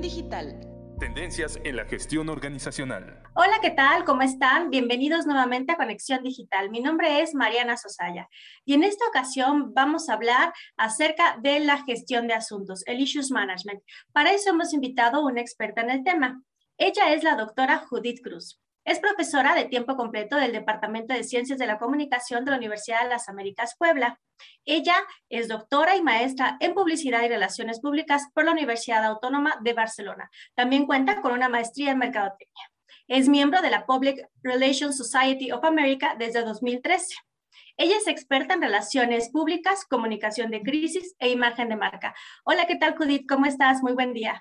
Digital. Tendencias en la gestión organizacional. Hola, ¿qué tal? ¿Cómo están? Bienvenidos nuevamente a Conexión Digital. Mi nombre es Mariana Sosaya y en esta ocasión vamos a hablar acerca de la gestión de asuntos, el Issues Management. Para eso hemos invitado a una experta en el tema. Ella es la doctora Judith Cruz. Es profesora de tiempo completo del Departamento de Ciencias de la Comunicación de la Universidad de las Américas, Puebla. Ella es doctora y maestra en Publicidad y Relaciones Públicas por la Universidad Autónoma de Barcelona. También cuenta con una maestría en Mercadotecnia. Es miembro de la Public Relations Society of America desde 2013. Ella es experta en relaciones públicas, comunicación de crisis e imagen de marca. Hola, ¿qué tal, Judith? ¿Cómo estás? Muy buen día.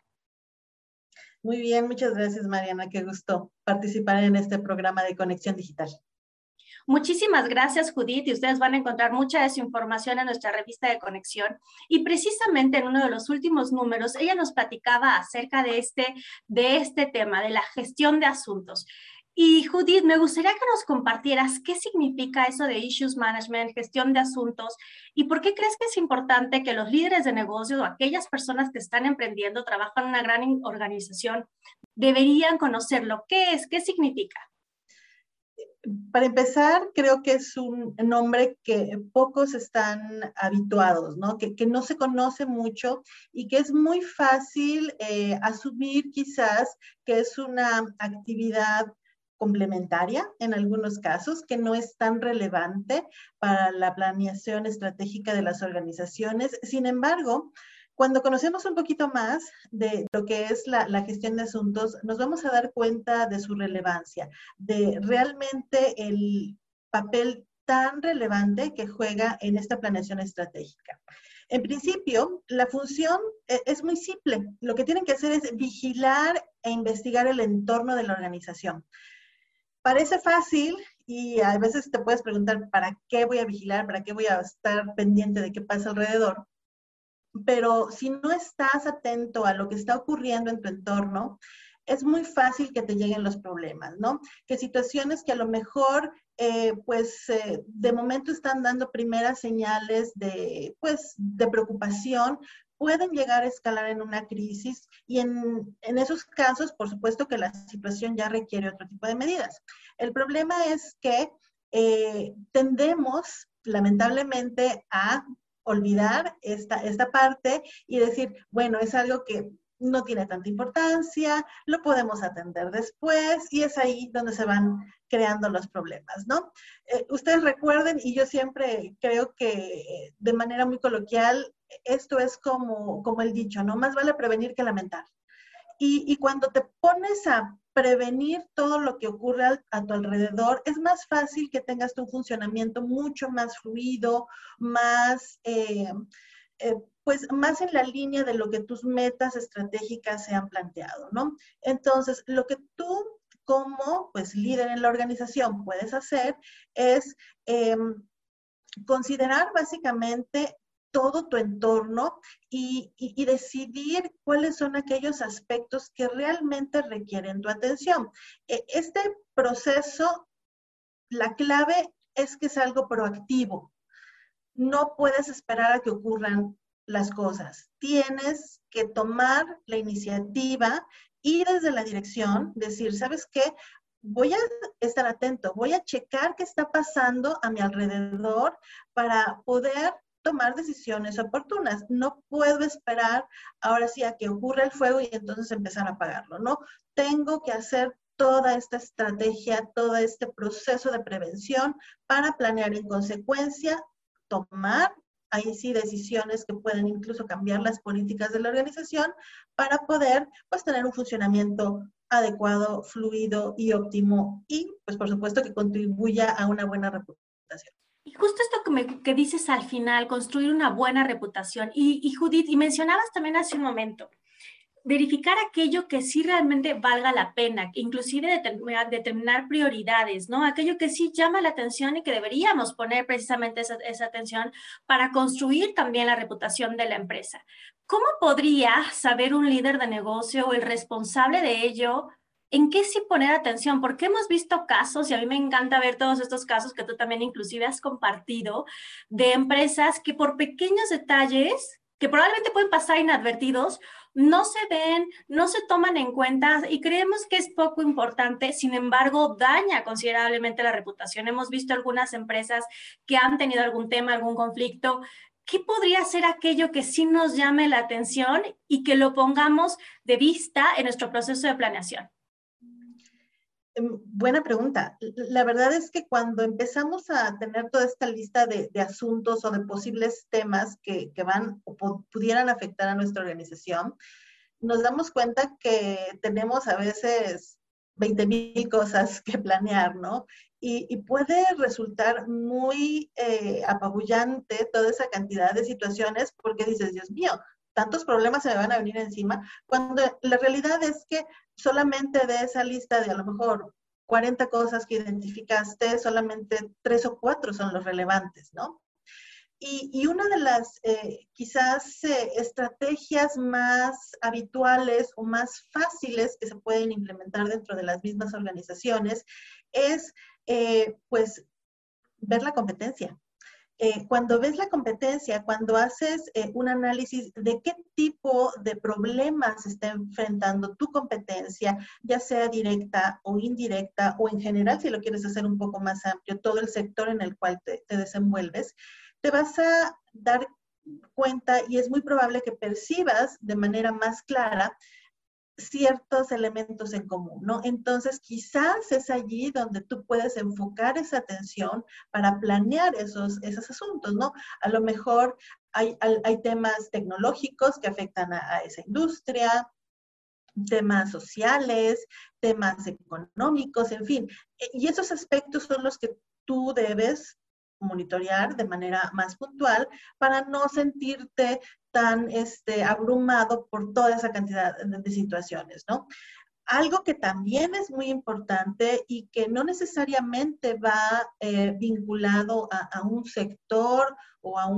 Muy bien, muchas gracias, Mariana. Qué gusto participar en este programa de Conexión Digital. Muchísimas gracias, Judith, y ustedes van a encontrar mucha de su información en nuestra revista de Conexión. Y precisamente en uno de los últimos números, ella nos platicaba acerca de este tema, de la gestión de asuntos. Y Judith, me gustaría que nos compartieras qué significa eso de Issues Management, gestión de asuntos, y por qué crees que es importante que los líderes de negocio o aquellas personas que están emprendiendo, trabajan en una gran organización, deberían conocerlo. ¿Qué es? ¿Qué significa? Para empezar, creo que es un nombre que pocos están habituados, ¿no? Que no se conoce mucho y que es muy fácil asumir quizás que es una actividad complementaria en algunos casos, que no es tan relevante para la planeación estratégica de las organizaciones. Sin embargo, cuando conocemos un poquito más de lo que es la gestión de asuntos, nos vamos a dar cuenta de su relevancia, de realmente el papel tan relevante que juega en esta planeación estratégica. En principio, la función es muy simple. Lo que tienen que hacer es vigilar e investigar el entorno de la organización. Parece fácil y a veces te puedes preguntar, ¿para qué voy a vigilar? ¿Para qué voy a estar pendiente de qué pasa alrededor? Pero si no estás atento a lo que está ocurriendo en tu entorno, es muy fácil que te lleguen los problemas, ¿no? Que situaciones que a lo mejor, de momento están dando primeras señales de preocupación, pueden llegar a escalar en una crisis y en esos casos, por supuesto que la situación ya requiere otro tipo de medidas. El problema es que tendemos, lamentablemente, a olvidar esta parte y decir, bueno, es algo que no tiene tanta importancia, lo podemos atender después y es ahí donde se van creando los problemas, ¿no? Ustedes recuerden, y yo siempre creo que de manera muy coloquial, esto es como el dicho, ¿no? Más vale prevenir que lamentar. Y cuando te pones a prevenir todo lo que ocurre a tu alrededor, es más fácil que tengas un funcionamiento mucho más fluido, más, más en la línea de lo que tus metas estratégicas se han planteado, ¿no? Entonces, lo que tú como líder en la organización puedes hacer es considerar básicamente todo tu entorno y decidir cuáles son aquellos aspectos que realmente requieren tu atención. Este proceso, la clave es que es algo proactivo. No puedes esperar a que ocurran las cosas. Tienes que tomar la iniciativa y desde la dirección decir, ¿sabes qué? Voy a estar atento, voy a checar qué está pasando a mi alrededor para poder tomar decisiones oportunas. No puedo esperar ahora sí a que ocurra el fuego y entonces empezar a apagarlo, ¿no? Tengo que hacer toda esta estrategia, todo este proceso de prevención para planear en consecuencia, tomar ahí sí decisiones que pueden incluso cambiar las políticas de la organización para poder tener un funcionamiento adecuado, fluido y óptimo y por supuesto que contribuya a una buena reputación. Y justo esto que dices al final, construir una buena reputación. Y Judith, y mencionabas también hace un momento, verificar aquello que sí realmente valga la pena, inclusive determinar prioridades, ¿no? Aquello que sí llama la atención y que deberíamos poner precisamente esa atención para construir también la reputación de la empresa. ¿Cómo podría saber un líder de negocio o el responsable de ello en qué sí poner atención? Porque hemos visto casos, y a mí me encanta ver todos estos casos que tú también inclusive has compartido, de empresas que por pequeños detalles que probablemente pueden pasar inadvertidos, no se ven, no se toman en cuenta y creemos que es poco importante, sin embargo, daña considerablemente la reputación. Hemos visto algunas empresas que han tenido algún tema, algún conflicto. ¿Qué podría ser aquello que sí nos llame la atención y que lo pongamos de vista en nuestro proceso de planeación? Buena pregunta. La verdad es que cuando empezamos a tener toda esta lista de asuntos o de posibles temas que van o pudieran afectar a nuestra organización, nos damos cuenta que tenemos a veces 20,000 cosas que planear, ¿no? Y puede resultar muy apabullante toda esa cantidad de situaciones porque dices, Dios mío, tantos problemas se me van a venir encima, cuando la realidad es que solamente de esa lista de a lo mejor 40 cosas que identificaste, solamente 3 o 4 son los relevantes, ¿no? Y una de las quizás estrategias más habituales o más fáciles que se pueden implementar dentro de las mismas organizaciones es pues ver la competencia. Cuando ves la competencia, cuando haces un análisis de qué tipo de problemas está enfrentando tu competencia, ya sea directa o indirecta, o en general, si lo quieres hacer un poco más amplio, todo el sector en el cual te desenvuelves, te vas a dar cuenta y es muy probable que percibas de manera más clara ciertos elementos en común, ¿no? Entonces, quizás es allí donde tú puedes enfocar esa atención para planear esos asuntos, ¿no? A lo mejor hay temas tecnológicos que afectan a esa industria, temas sociales, temas económicos, en fin. Y esos aspectos son los que tú debes monitorear de manera más puntual para no sentirte tan abrumado por toda esa cantidad de situaciones, ¿no? Algo que también es muy importante y que no necesariamente va vinculado a un sector o a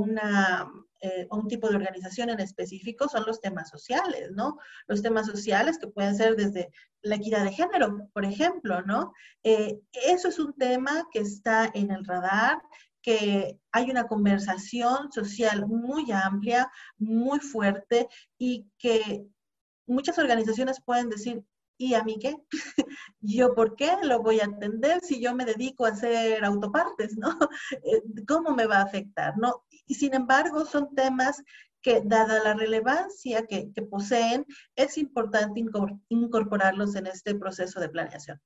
un tipo de organización en específico son los temas sociales, ¿no? Los temas sociales que pueden ser desde la equidad de género, por ejemplo, ¿no? Eso es un tema que está en el radar, que hay una conversación social muy amplia, muy fuerte y que muchas organizaciones pueden decir, ¿y a mí qué? ¿Yo por qué lo voy a atender si yo me dedico a hacer autopartes, ¿no? ¿Cómo me va a afectar, no? Y sin embargo, son temas que, dada la relevancia que poseen, es importante incorporarlos en este proceso de planeación.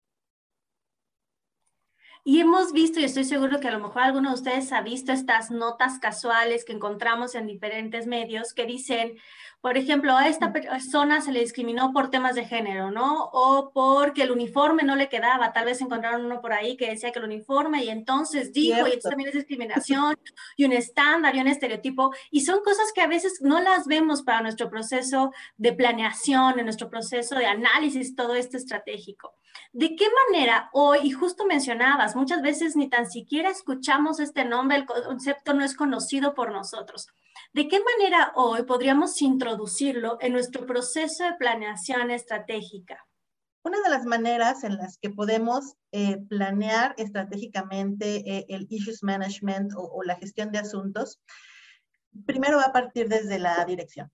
Y hemos visto, y estoy seguro que a lo mejor alguno de ustedes ha visto estas notas casuales que encontramos en diferentes medios que dicen, por ejemplo, a esta persona se le discriminó por temas de género, ¿no? O porque el uniforme no le quedaba. Tal vez encontraron uno por ahí que decía que el uniforme y entonces dijo, y entonces también es discriminación y un estándar y un estereotipo. Y son cosas que a veces no las vemos para nuestro proceso de planeación, en nuestro proceso de análisis, todo esto estratégico. ¿De qué manera hoy, y justo mencionabas, muchas veces ni tan siquiera escuchamos este nombre, el concepto no es conocido por nosotros? ¿De qué manera hoy podríamos introducirlo en nuestro proceso de planeación estratégica? Una de las maneras en las que podemos planear estratégicamente el issues management o la gestión de asuntos, primero va a partir desde la dirección.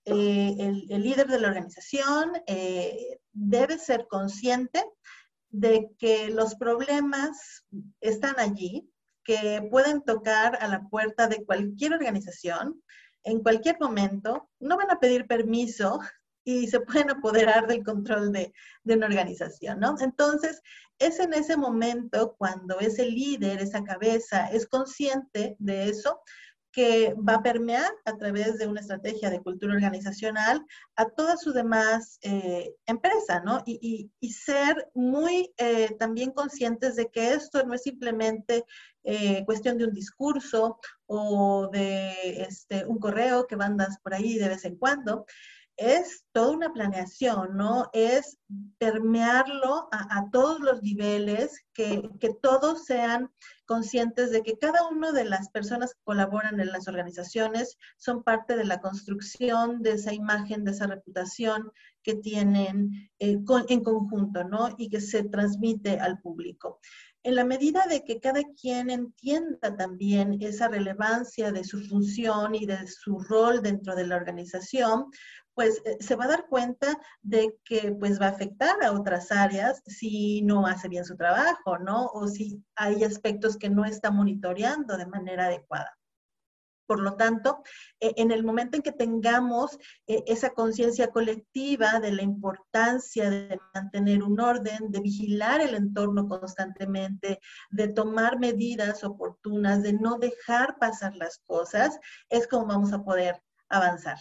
El líder de la organización debe ser consciente de que los problemas están allí, que pueden tocar a la puerta de cualquier organización en cualquier momento, no van a pedir permiso y se pueden apoderar del control de una organización, ¿no? Entonces, es en ese momento cuando ese líder, esa cabeza, es consciente de eso, que va a permear a través de una estrategia de cultura organizacional a toda su demás empresa, ¿no? Y ser muy también conscientes de que esto no es simplemente cuestión de un discurso o de un correo que mandas por ahí de vez en cuando. Es toda una planeación, ¿no? Es permearlo a todos los niveles, que todos sean conscientes de que cada una de las personas que colaboran en las organizaciones son parte de la construcción de esa imagen, de esa reputación que tienen en conjunto, ¿no? Y que se transmite al público. En la medida de que cada quien entienda también esa relevancia de su función y de su rol dentro de la organización, pues se va a dar cuenta de que pues va a afectar a otras áreas si no hace bien su trabajo, ¿no? O si hay aspectos que no está monitoreando de manera adecuada. Por lo tanto, en el momento en que tengamos esa conciencia colectiva de la importancia de mantener un orden, de vigilar el entorno constantemente, de tomar medidas oportunas, de no dejar pasar las cosas, es como vamos a poder avanzar.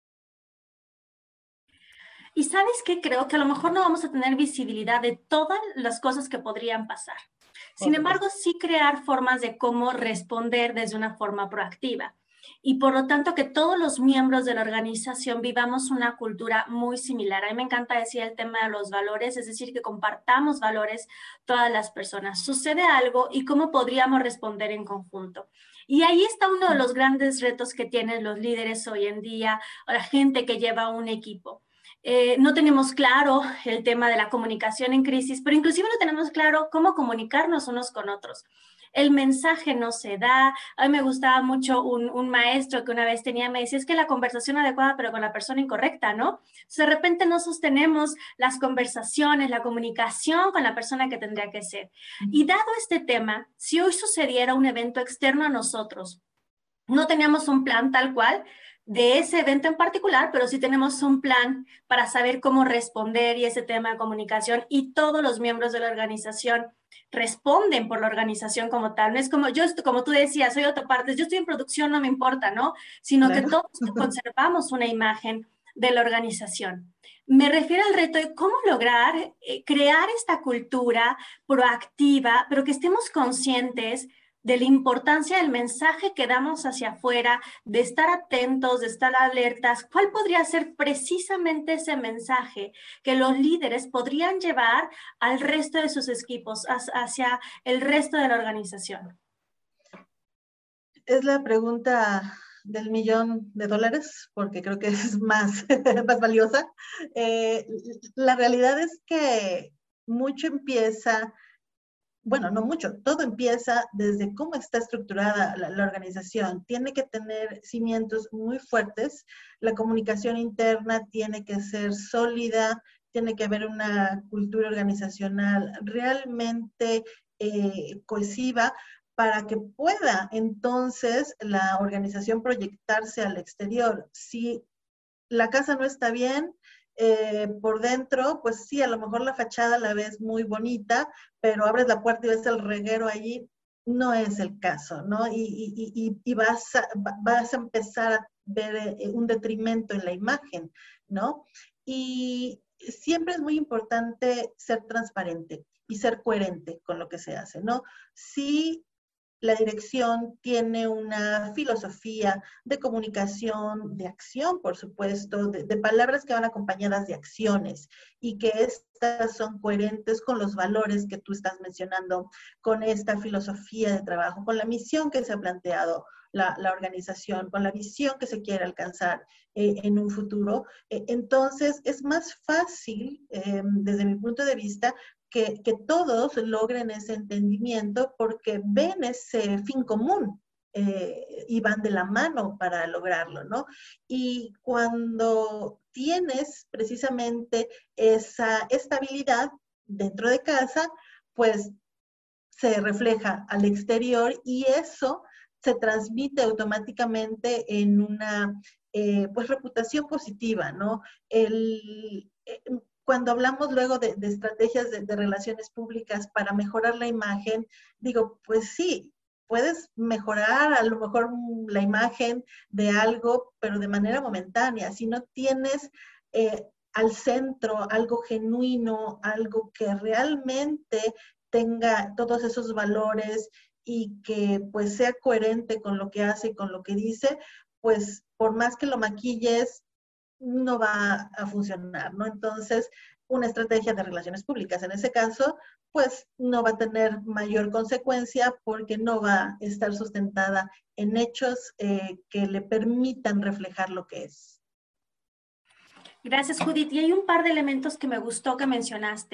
Y ¿sabes qué? Creo que a lo mejor no vamos a tener visibilidad de todas las cosas que podrían pasar. Sin embargo, sí crear formas de cómo responder desde una forma proactiva. Y por lo tanto, que todos los miembros de la organización vivamos una cultura muy similar. A mí me encanta decir el tema de los valores, es decir, que compartamos valores todas las personas. Sucede algo y cómo podríamos responder en conjunto. Y ahí está uno de los grandes retos que tienen los líderes hoy en día, o la gente que lleva un equipo. No tenemos claro el tema de la comunicación en crisis, pero inclusive no tenemos claro cómo comunicarnos unos con otros. El mensaje no se da. A mí me gustaba mucho un maestro que una vez tenía, me decía, es que la conversación adecuada, pero con la persona incorrecta, ¿no? Entonces, de repente no sostenemos las conversaciones, la comunicación con la persona que tendría que ser. Y dado este tema, si hoy sucediera un evento externo a nosotros, no teníamos un plan tal cual de ese evento en particular, pero sí tenemos un plan para saber cómo responder y ese tema de comunicación, y todos los miembros de la organización responden por la organización como tal. No es como yo, como tú decías, soy autopartes, yo estoy en producción, no me importa, ¿no? Sino que todos conservamos una imagen de la organización. Me refiero al reto de cómo lograr crear esta cultura proactiva, pero que estemos conscientes de la importancia del mensaje que damos hacia afuera, de estar atentos, de estar alertas. ¿Cuál podría ser precisamente ese mensaje que los líderes podrían llevar al resto de sus equipos, hacia el resto de la organización? Es la pregunta del $1,000,000, porque creo que es más, más valiosa. La realidad es que mucho empieza, bueno, no mucho, todo empieza desde cómo está estructurada la organización. Tiene que tener cimientos muy fuertes, la comunicación interna tiene que ser sólida, tiene que haber una cultura organizacional realmente cohesiva, para que pueda entonces la organización proyectarse al exterior. Si la casa no está bien, por dentro, pues sí, a lo mejor la fachada la ves muy bonita, pero abres la puerta y ves el reguero allí, no es el caso, ¿no? Y vas a empezar a ver un detrimento en la imagen, ¿no? Y siempre es muy importante ser transparente y ser coherente con lo que se hace, ¿no? Si la dirección tiene una filosofía de comunicación, de acción, por supuesto, de palabras que van acompañadas de acciones, y que estas son coherentes con los valores que tú estás mencionando, con esta filosofía de trabajo, con la misión que se ha planteado la organización, con la visión que se quiere alcanzar en un futuro. Entonces, es más fácil, desde mi punto de vista, que todos logren ese entendimiento, porque ven ese fin común y van de la mano para lograrlo, ¿no? Y cuando tienes precisamente esa estabilidad dentro de casa, pues se refleja al exterior, y eso se transmite automáticamente en una pues reputación positiva, ¿no? Cuando hablamos luego de estrategias de relaciones públicas para mejorar la imagen, digo, pues sí, puedes mejorar a lo mejor la imagen de algo, pero de manera momentánea. Si no tienes al centro algo genuino, algo que realmente tenga todos esos valores y que pues sea coherente con lo que hace y con lo que dice, pues por más que lo maquilles, no va a funcionar, ¿no? Entonces, una estrategia de relaciones públicas en ese caso, pues no va a tener mayor consecuencia, porque no va a estar sustentada en hechos que le permitan reflejar lo que es. Gracias, Judith. Y hay un par de elementos que me gustó que mencionaste.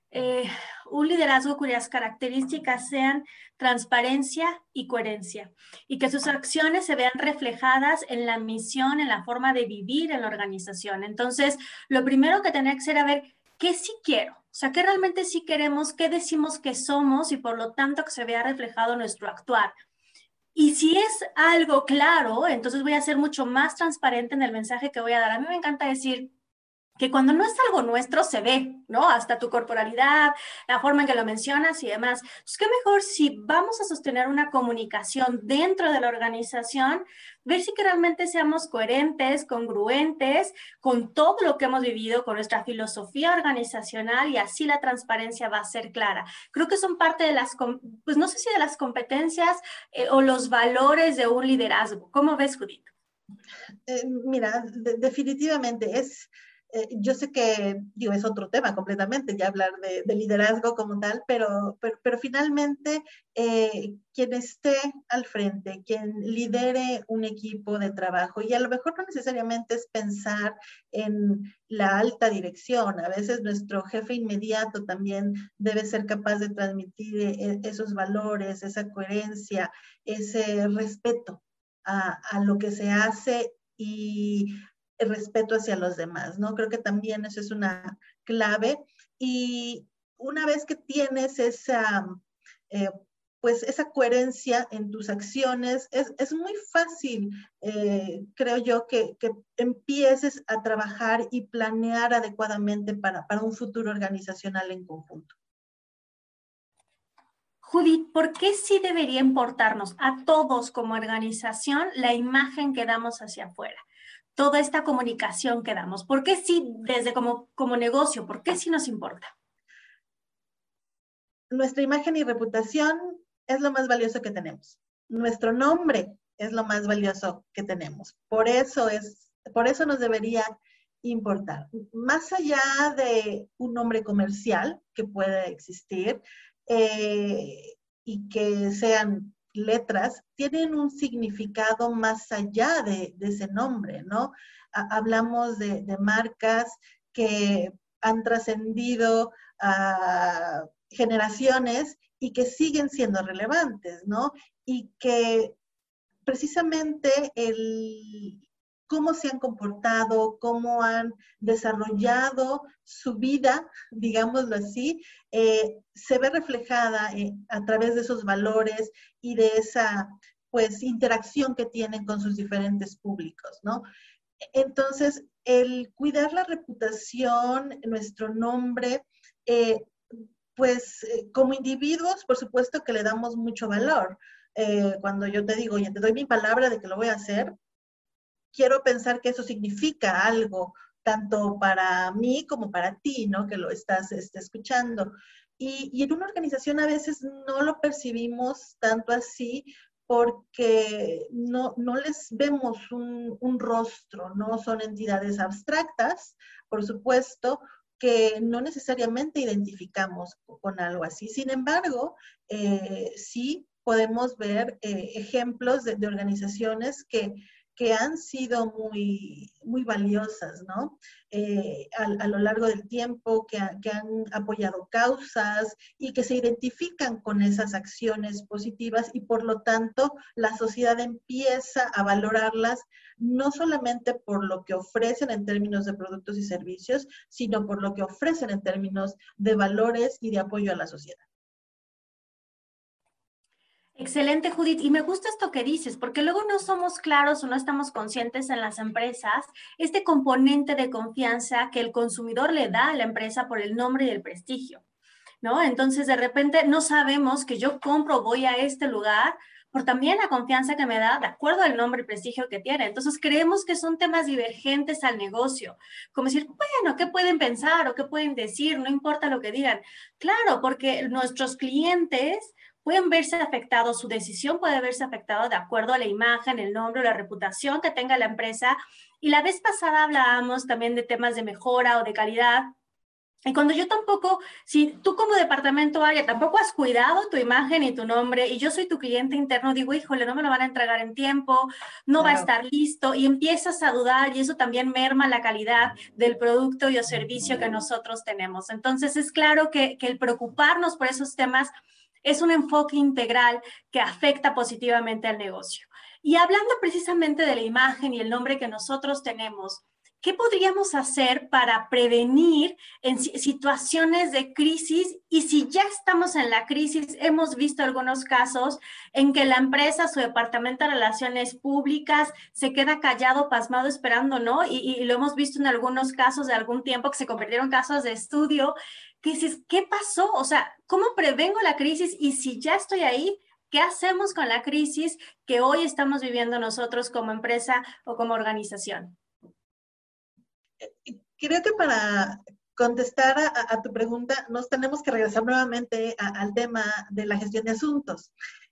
eh, un liderazgo cuyas características sean transparencia y coherencia, y que sus acciones se vean reflejadas en la misión, en la forma de vivir en la organización. Entonces, lo primero que tendría que ser a ver qué sí quiero, o sea, qué realmente sí queremos, qué decimos que somos y por lo tanto que se vea reflejado nuestro actuar. Y si es algo claro, entonces voy a ser mucho más transparente en el mensaje que voy a dar. A mí me encanta decir que cuando no es algo nuestro se ve, ¿no? Hasta tu corporalidad, la forma en que lo mencionas y demás. Pues qué mejor si vamos a sostener una comunicación dentro de la organización, ver si que realmente seamos coherentes, congruentes con todo lo que hemos vivido, con nuestra filosofía organizacional y así la transparencia va a ser clara. Creo que son parte de las, pues no sé si de las competencias o los valores de un liderazgo. ¿Cómo ves, Judith? Mira, definitivamente yo sé que digo, es otro tema completamente, ya hablar de liderazgo como tal, pero finalmente quien esté al frente, quien lidere un equipo de trabajo, y a lo mejor no necesariamente es pensar en la alta dirección, a veces nuestro jefe inmediato también debe ser capaz de transmitir esos valores, esa coherencia, ese respeto a lo que se hace y el respeto hacia los demás, ¿no? Creo que también eso es una clave. Y una vez que tienes eh, pues esa coherencia en tus acciones, es muy fácil, creo yo, que empieces a trabajar y planear adecuadamente para un futuro organizacional en conjunto. Judith, ¿por qué sí debería importarnos a todos como organización la imagen que damos hacia afuera? Toda esta comunicación que damos. ¿Por qué sí desde como negocio? ¿Por qué sí nos importa? Nuestra imagen y reputación es lo más valioso que tenemos. Nuestro nombre es lo más valioso que tenemos. Por eso nos debería importar. Más allá de un nombre comercial que pueda existir y que sean letras, tienen un significado más allá de ese nombre, ¿no? Hablamos de marcas que han trascendido a generaciones y que siguen siendo relevantes, ¿no? Y que precisamente cómo se han comportado, cómo han desarrollado su vida, digámoslo así, se ve reflejada a través de esos valores y de esa pues interacción que tienen con sus diferentes públicos, ¿no? Entonces, el cuidar la reputación, nuestro nombre, pues como individuos, por supuesto que le damos mucho valor. Cuando yo te digo, oye, te doy mi palabra de que lo voy a hacer, quiero pensar que eso significa algo, tanto para mí como para ti, ¿no? Que lo estás escuchando. Y en una organización a veces no lo percibimos tanto así porque no les vemos un rostro, ¿no? Son entidades abstractas, por supuesto, que no necesariamente identificamos con algo así. Sin embargo, sí podemos ver ejemplos de organizaciones que han sido muy valiosas, ¿no? A lo largo del tiempo, que han apoyado causas y que se identifican con esas acciones positivas y por lo tanto la sociedad empieza a valorarlas no solamente por lo que ofrecen en términos de productos y servicios, sino por lo que ofrecen en términos de valores y de apoyo a la sociedad. Excelente, Judith. Y me gusta esto que dices, porque luego no somos claros o no estamos conscientes en las empresas este componente de confianza que el consumidor le da a la empresa por el nombre y el prestigio, ¿no? Entonces, de repente no sabemos que yo compro, voy a este lugar por también la confianza que me da de acuerdo al nombre y prestigio que tiene. Entonces, creemos que son temas divergentes al negocio, como decir, bueno, ¿qué pueden pensar o qué pueden decir? No importa lo que digan. Claro, porque nuestros clientes pueden verse afectados, su decisión puede verse afectada de acuerdo a la imagen, el nombre o la reputación que tenga la empresa. Y la vez pasada hablábamos también de temas de mejora o de calidad. Y cuando yo tampoco, si tú como departamento área tampoco has cuidado tu imagen y tu nombre, y yo soy tu cliente interno, digo, híjole, no me lo van a entregar en tiempo, no va a Claro. estar listo, y empiezas a dudar, y eso también merma la calidad del producto y o servicio que nosotros tenemos. Entonces, es claro que el preocuparnos por esos temas es un enfoque integral que afecta positivamente al negocio. Y hablando precisamente de la imagen y el nombre que nosotros tenemos, ¿qué podríamos hacer para prevenir en situaciones de crisis? Y si ya estamos en la crisis, hemos visto algunos casos en que la empresa, su departamento de relaciones públicas, se queda callado, pasmado, esperando, ¿no? Y lo hemos visto en algunos casos de algún tiempo que se convirtieron en casos de estudio, que dices, ¿qué pasó? O sea, ¿cómo prevengo la crisis? Y si ya estoy ahí, ¿qué hacemos con la crisis que hoy estamos viviendo nosotros como empresa o como organización? Creo que para contestar a tu pregunta, nos tenemos que regresar nuevamente al tema de la gestión de asuntos.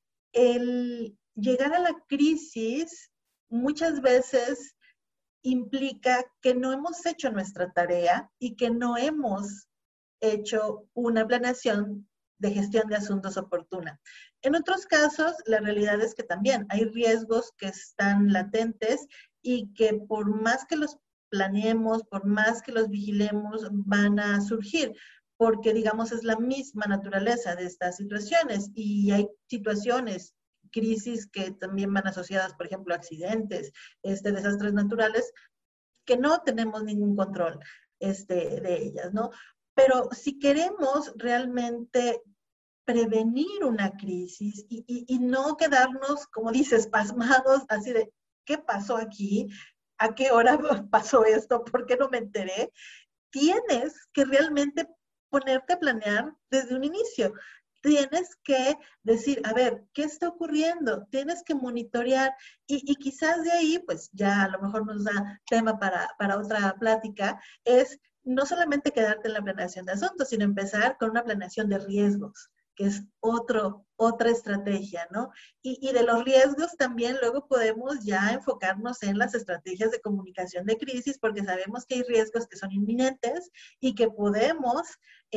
El llegar a la crisis muchas veces implica que no hemos hecho nuestra tarea y que no hemos hecho una planeación de gestión de asuntos oportuna. En otros casos, la realidad es que también hay riesgos que están latentes y que por más que los planeemos, por más que los vigilemos, van a surgir, porque digamos es la misma naturaleza de estas situaciones y hay situaciones, crisis que también van asociadas, por ejemplo, a accidentes, desastres naturales, que no tenemos ningún control de ellas, ¿no? Pero si queremos realmente prevenir una crisis y no quedarnos, como dices, pasmados, así de, ¿qué pasó aquí? ¿A qué hora pasó esto? ¿Por qué no me enteré? Tienes que realmente ponerte a planear desde un inicio. Tienes que decir, a ver, ¿qué está ocurriendo? Tienes que monitorear y quizás de ahí, pues ya a lo mejor nos da tema para otra plática, es no solamente quedarte en la planeación de asuntos, sino empezar con una planeación de riesgos, que es otra estrategia, ¿no? Y de los riesgos también luego podemos ya enfocarnos en las estrategias de comunicación de crisis, porque sabemos que hay riesgos que son inminentes y que podemos,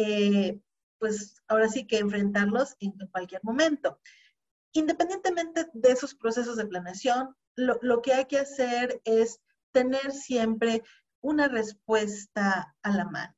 pues ahora sí que enfrentarlos en cualquier momento. Independientemente de esos procesos de planeación, lo que hay que hacer es tener siempre una respuesta a la mano.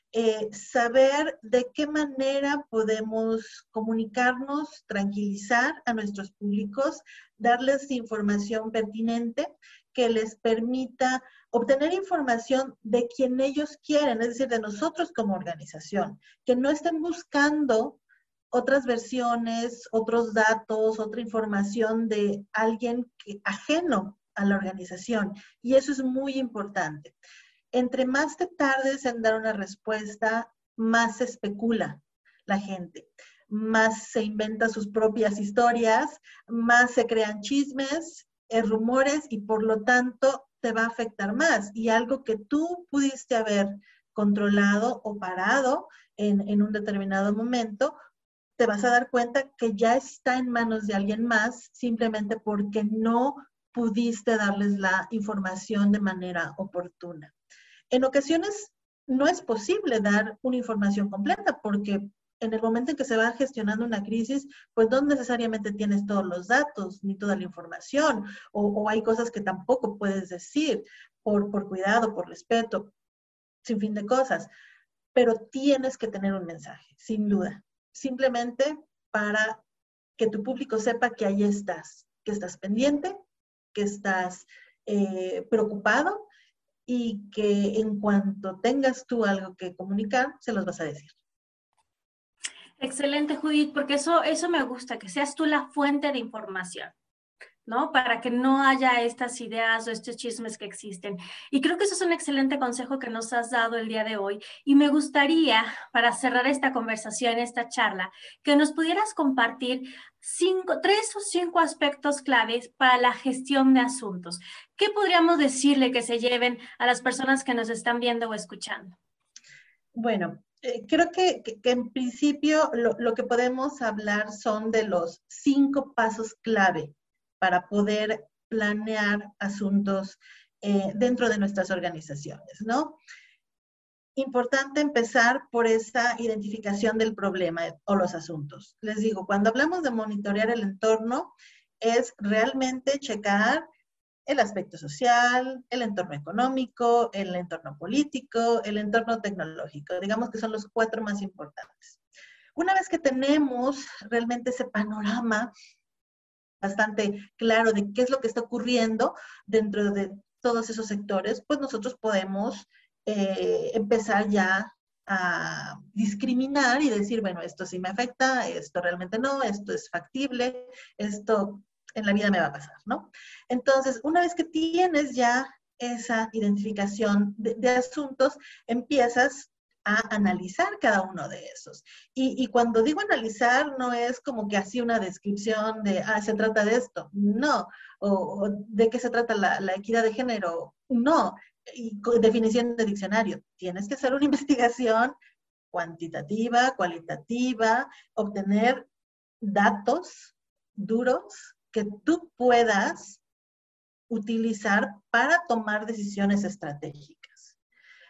Saber de qué manera podemos comunicarnos, tranquilizar a nuestros públicos, darles información pertinente que les permita obtener información de quien ellos quieren, es decir, de nosotros como organización, que no estén buscando otras versiones, otros datos, otra información de alguien ajeno a la organización. Y eso es muy importante. Entre más te tardes en dar una respuesta, más se especula la gente, más se inventa sus propias historias, más se crean chismes, rumores y por lo tanto te va a afectar más. Y algo que tú pudiste haber controlado o parado en un determinado momento, te vas a dar cuenta que ya está en manos de alguien más simplemente porque no pudiste darles la información de manera oportuna. En ocasiones no es posible dar una información completa porque en el momento en que se va gestionando una crisis, pues no necesariamente tienes todos los datos ni toda la información o hay cosas que tampoco puedes decir por cuidado, por respeto, sin fin de cosas. Pero tienes que tener un mensaje, sin duda. Simplemente para que tu público sepa que ahí estás, que estás pendiente, que estás preocupado y que en cuanto tengas tú algo que comunicar, se los vas a decir. Excelente, Judith, porque eso me gusta, que seas tú la fuente de información, ¿no? Para que no haya estas ideas o estos chismes que existen. Y creo que eso es un excelente consejo que nos has dado el día de hoy. Y me gustaría, para cerrar esta conversación, esta charla, que nos pudieras compartir 3 o 5 aspectos claves para la gestión de asuntos. ¿Qué podríamos decirle que se lleven a las personas que nos están viendo o escuchando? Bueno, creo que en principio lo que podemos hablar son de los 5 pasos clave para poder planear asuntos dentro de nuestras organizaciones, ¿no? importante empezar por esa identificación del problema o los asuntos. Les digo, cuando hablamos de monitorear el entorno, es realmente checar el aspecto social, el entorno económico, el entorno político, el entorno tecnológico. Digamos que son los 4 más importantes. Una vez que tenemos realmente ese panorama bastante claro de qué es lo que está ocurriendo dentro de todos esos sectores, pues nosotros podemos empezar ya a discriminar y decir, bueno, esto sí me afecta, esto realmente no, esto es factible, esto en la vida me va a pasar, ¿no? Entonces, una vez que tienes ya esa identificación de asuntos, empiezas a analizar cada uno de esos. Y cuando digo analizar, no es como que así una descripción de, se trata de esto. No. O de qué se trata la equidad de género. No. Y definición de diccionario. Tienes que hacer una investigación cuantitativa, cualitativa, obtener datos duros que tú puedas utilizar para tomar decisiones estratégicas.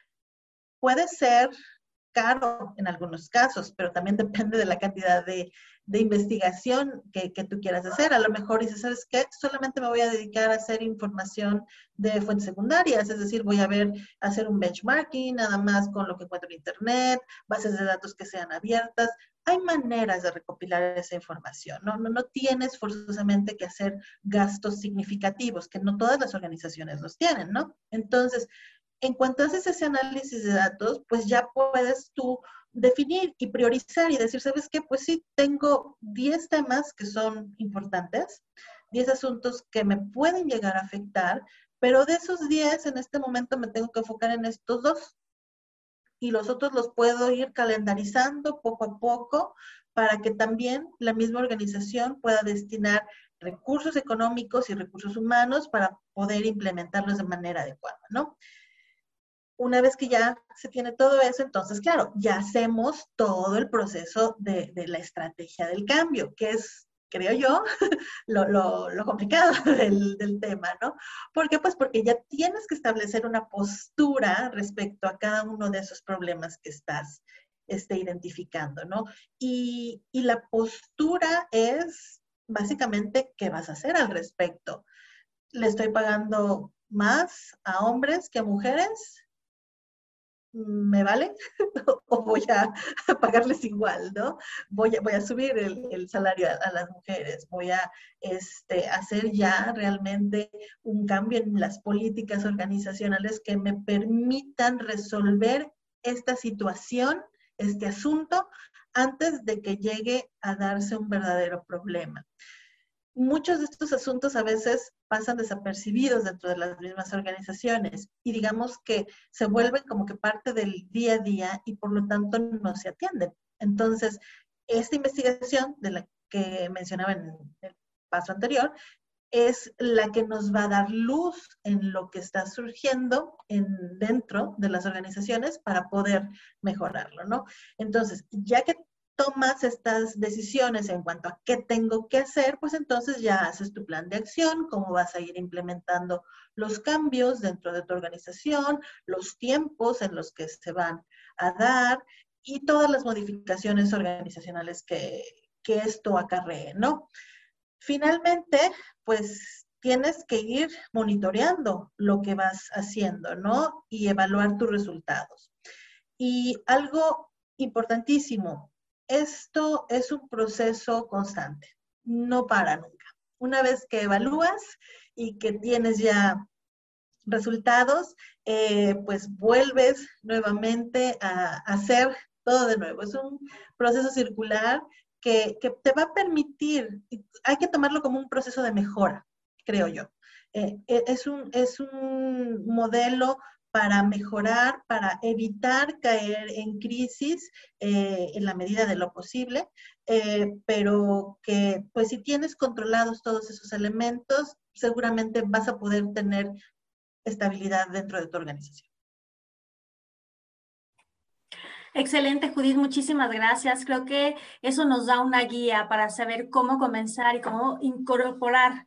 Puede ser caro en algunos casos, pero también depende de la cantidad de investigación que tú quieras hacer. A lo mejor dices, ¿sabes qué? Solamente me voy a dedicar a hacer información de fuentes secundarias, es decir, voy a hacer un benchmarking nada más con lo que encuentro en internet, bases de datos que sean abiertas. Hay maneras de recopilar esa información, no tienes forzosamente que hacer gastos significativos, que no todas las organizaciones los tienen, ¿no? Entonces, en cuanto haces ese análisis de datos, pues ya puedes tú definir y priorizar y decir, ¿sabes qué? Pues sí, tengo 10 temas que son importantes, 10 asuntos que me pueden llegar a afectar, pero de esos 10 en este momento me tengo que enfocar en estos 2. Y los otros los puedo ir calendarizando poco a poco para que también la misma organización pueda destinar recursos económicos y recursos humanos para poder implementarlos de manera adecuada, ¿no? Una vez que ya se tiene todo eso, entonces, claro, ya hacemos todo el proceso de la estrategia del cambio, que es, creo yo, lo complicado del tema, ¿no? ¿Por qué? Pues porque ya tienes que establecer una postura respecto a cada uno de esos problemas que estás identificando, ¿no? Y la postura es básicamente qué vas a hacer al respecto. ¿Le estoy pagando más a hombres que a mujeres? ¿Me vale? ¿O voy a pagarles igual, ¿no? Voy a subir el salario a las mujeres, voy a hacer ya realmente un cambio en las políticas organizacionales que me permitan resolver esta situación, este asunto, antes de que llegue a darse un verdadero problema. Muchos de estos asuntos a veces pasan desapercibidos dentro de las mismas organizaciones y digamos que se vuelven como que parte del día a día y por lo tanto no se atienden. Entonces, esta investigación de la que mencionaba en el paso anterior es la que nos va a dar luz en lo que está surgiendo dentro de las organizaciones para poder mejorarlo, ¿no? Entonces, ya que tomas estas decisiones en cuanto a qué tengo que hacer, pues entonces ya haces tu plan de acción, cómo vas a ir implementando los cambios dentro de tu organización, los tiempos en los que se van a dar y todas las modificaciones organizacionales que esto acarree, ¿no? Finalmente, pues tienes que ir monitoreando lo que vas haciendo, ¿no? Y evaluar tus resultados. Y algo importantísimo, esto es un proceso constante, no para nunca. Una vez que evalúas y que tienes ya resultados, pues vuelves nuevamente a hacer todo de nuevo. Es un proceso circular que te va a permitir, hay que tomarlo como un proceso de mejora, creo yo. Es un modelo para mejorar, para evitar caer en crisis en la medida de lo posible, pero que pues si tienes controlados todos esos elementos, seguramente vas a poder tener estabilidad dentro de tu organización. Excelente, Judith, muchísimas gracias. Creo que eso nos da una guía para saber cómo comenzar y cómo incorporar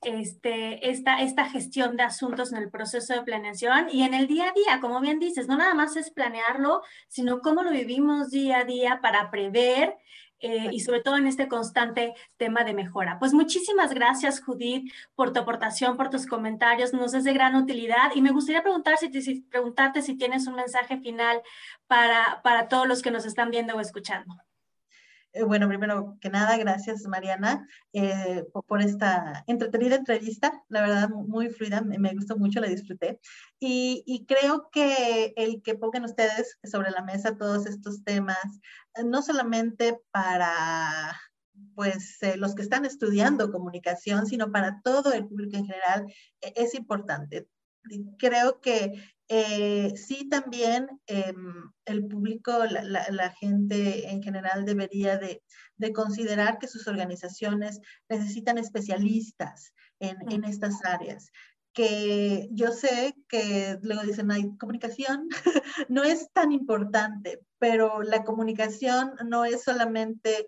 esta gestión de asuntos en el proceso de planeación y en el día a día, como bien dices, no nada más es planearlo, sino cómo lo vivimos día a día para prever y sobre todo en este constante tema de mejora. Pues muchísimas gracias, Judith, por tu aportación, por tus comentarios, nos es de gran utilidad y me gustaría preguntarte si tienes un mensaje final para todos los que nos están viendo o escuchando. Bueno, primero que nada, gracias Mariana por esta entretenida entrevista, la verdad muy fluida, me gustó mucho, la disfruté y creo que el que pongan ustedes sobre la mesa todos estos temas, no solamente para pues los que están estudiando comunicación, sino para todo el público en general, es importante. Creo que sí también el público, la gente en general debería de considerar que sus organizaciones necesitan especialistas en estas áreas. Que yo sé que luego dicen, ay, comunicación no es tan importante, pero la comunicación no es solamente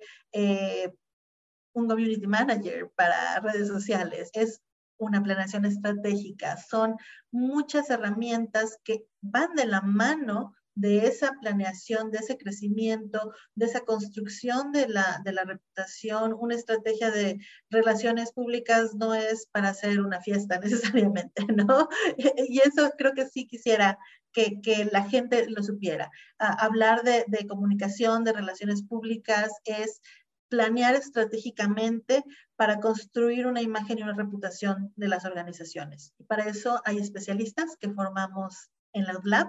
un community manager para redes sociales, es una planeación estratégica, son muchas herramientas que van de la mano de esa planeación, de ese crecimiento, de esa construcción de la reputación. Una estrategia de relaciones públicas no es para hacer una fiesta necesariamente, ¿no? Y eso creo que sí quisiera que la gente lo supiera. Hablar de comunicación, de relaciones públicas es planear estratégicamente para construir una imagen y una reputación de las organizaciones. Y para eso hay especialistas que formamos en la UDLAP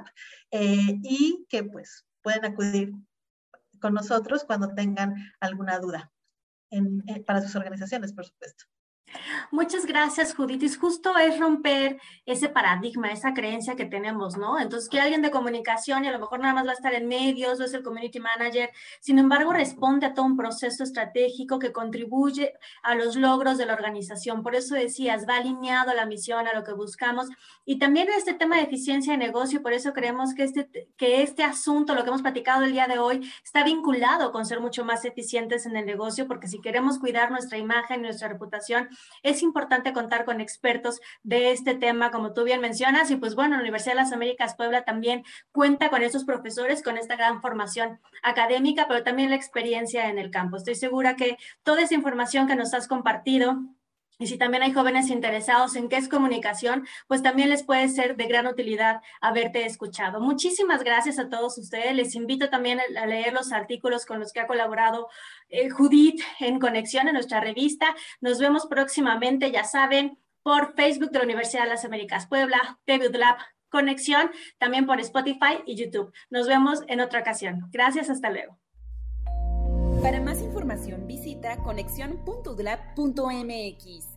y que pues pueden acudir con nosotros cuando tengan alguna duda para sus organizaciones, por supuesto. Muchas gracias, Judith. Justo es romper ese paradigma, esa creencia que tenemos, ¿no? Entonces, que alguien de comunicación y a lo mejor nada más va a estar en medios o es el community manager, sin embargo, responde a todo un proceso estratégico que contribuye a los logros de la organización. Por eso decías, va alineado a la misión, a lo que buscamos. Y también este tema de eficiencia de negocio, por eso creemos que este asunto, lo que hemos platicado el día de hoy, está vinculado con ser mucho más eficientes en el negocio, porque si queremos cuidar nuestra imagen, nuestra reputación, es importante contar con expertos de este tema, como tú bien mencionas, y pues bueno, la Universidad de las Américas Puebla también cuenta con estos profesores, con esta gran formación académica, pero también la experiencia en el campo. Estoy segura que toda esa información que nos has compartido, y si también hay jóvenes interesados en qué es comunicación, pues también les puede ser de gran utilidad haberte escuchado. Muchísimas gracias a todos ustedes. Les invito también a leer los artículos con los que ha colaborado Judith en Conexión, en nuestra revista. Nos vemos próximamente, ya saben, por Facebook de la Universidad de las Américas Puebla, TV UDLAP Conexión, también por Spotify y YouTube. Nos vemos en otra ocasión. Gracias, hasta luego. Para más información visita conexion.udlap.mx.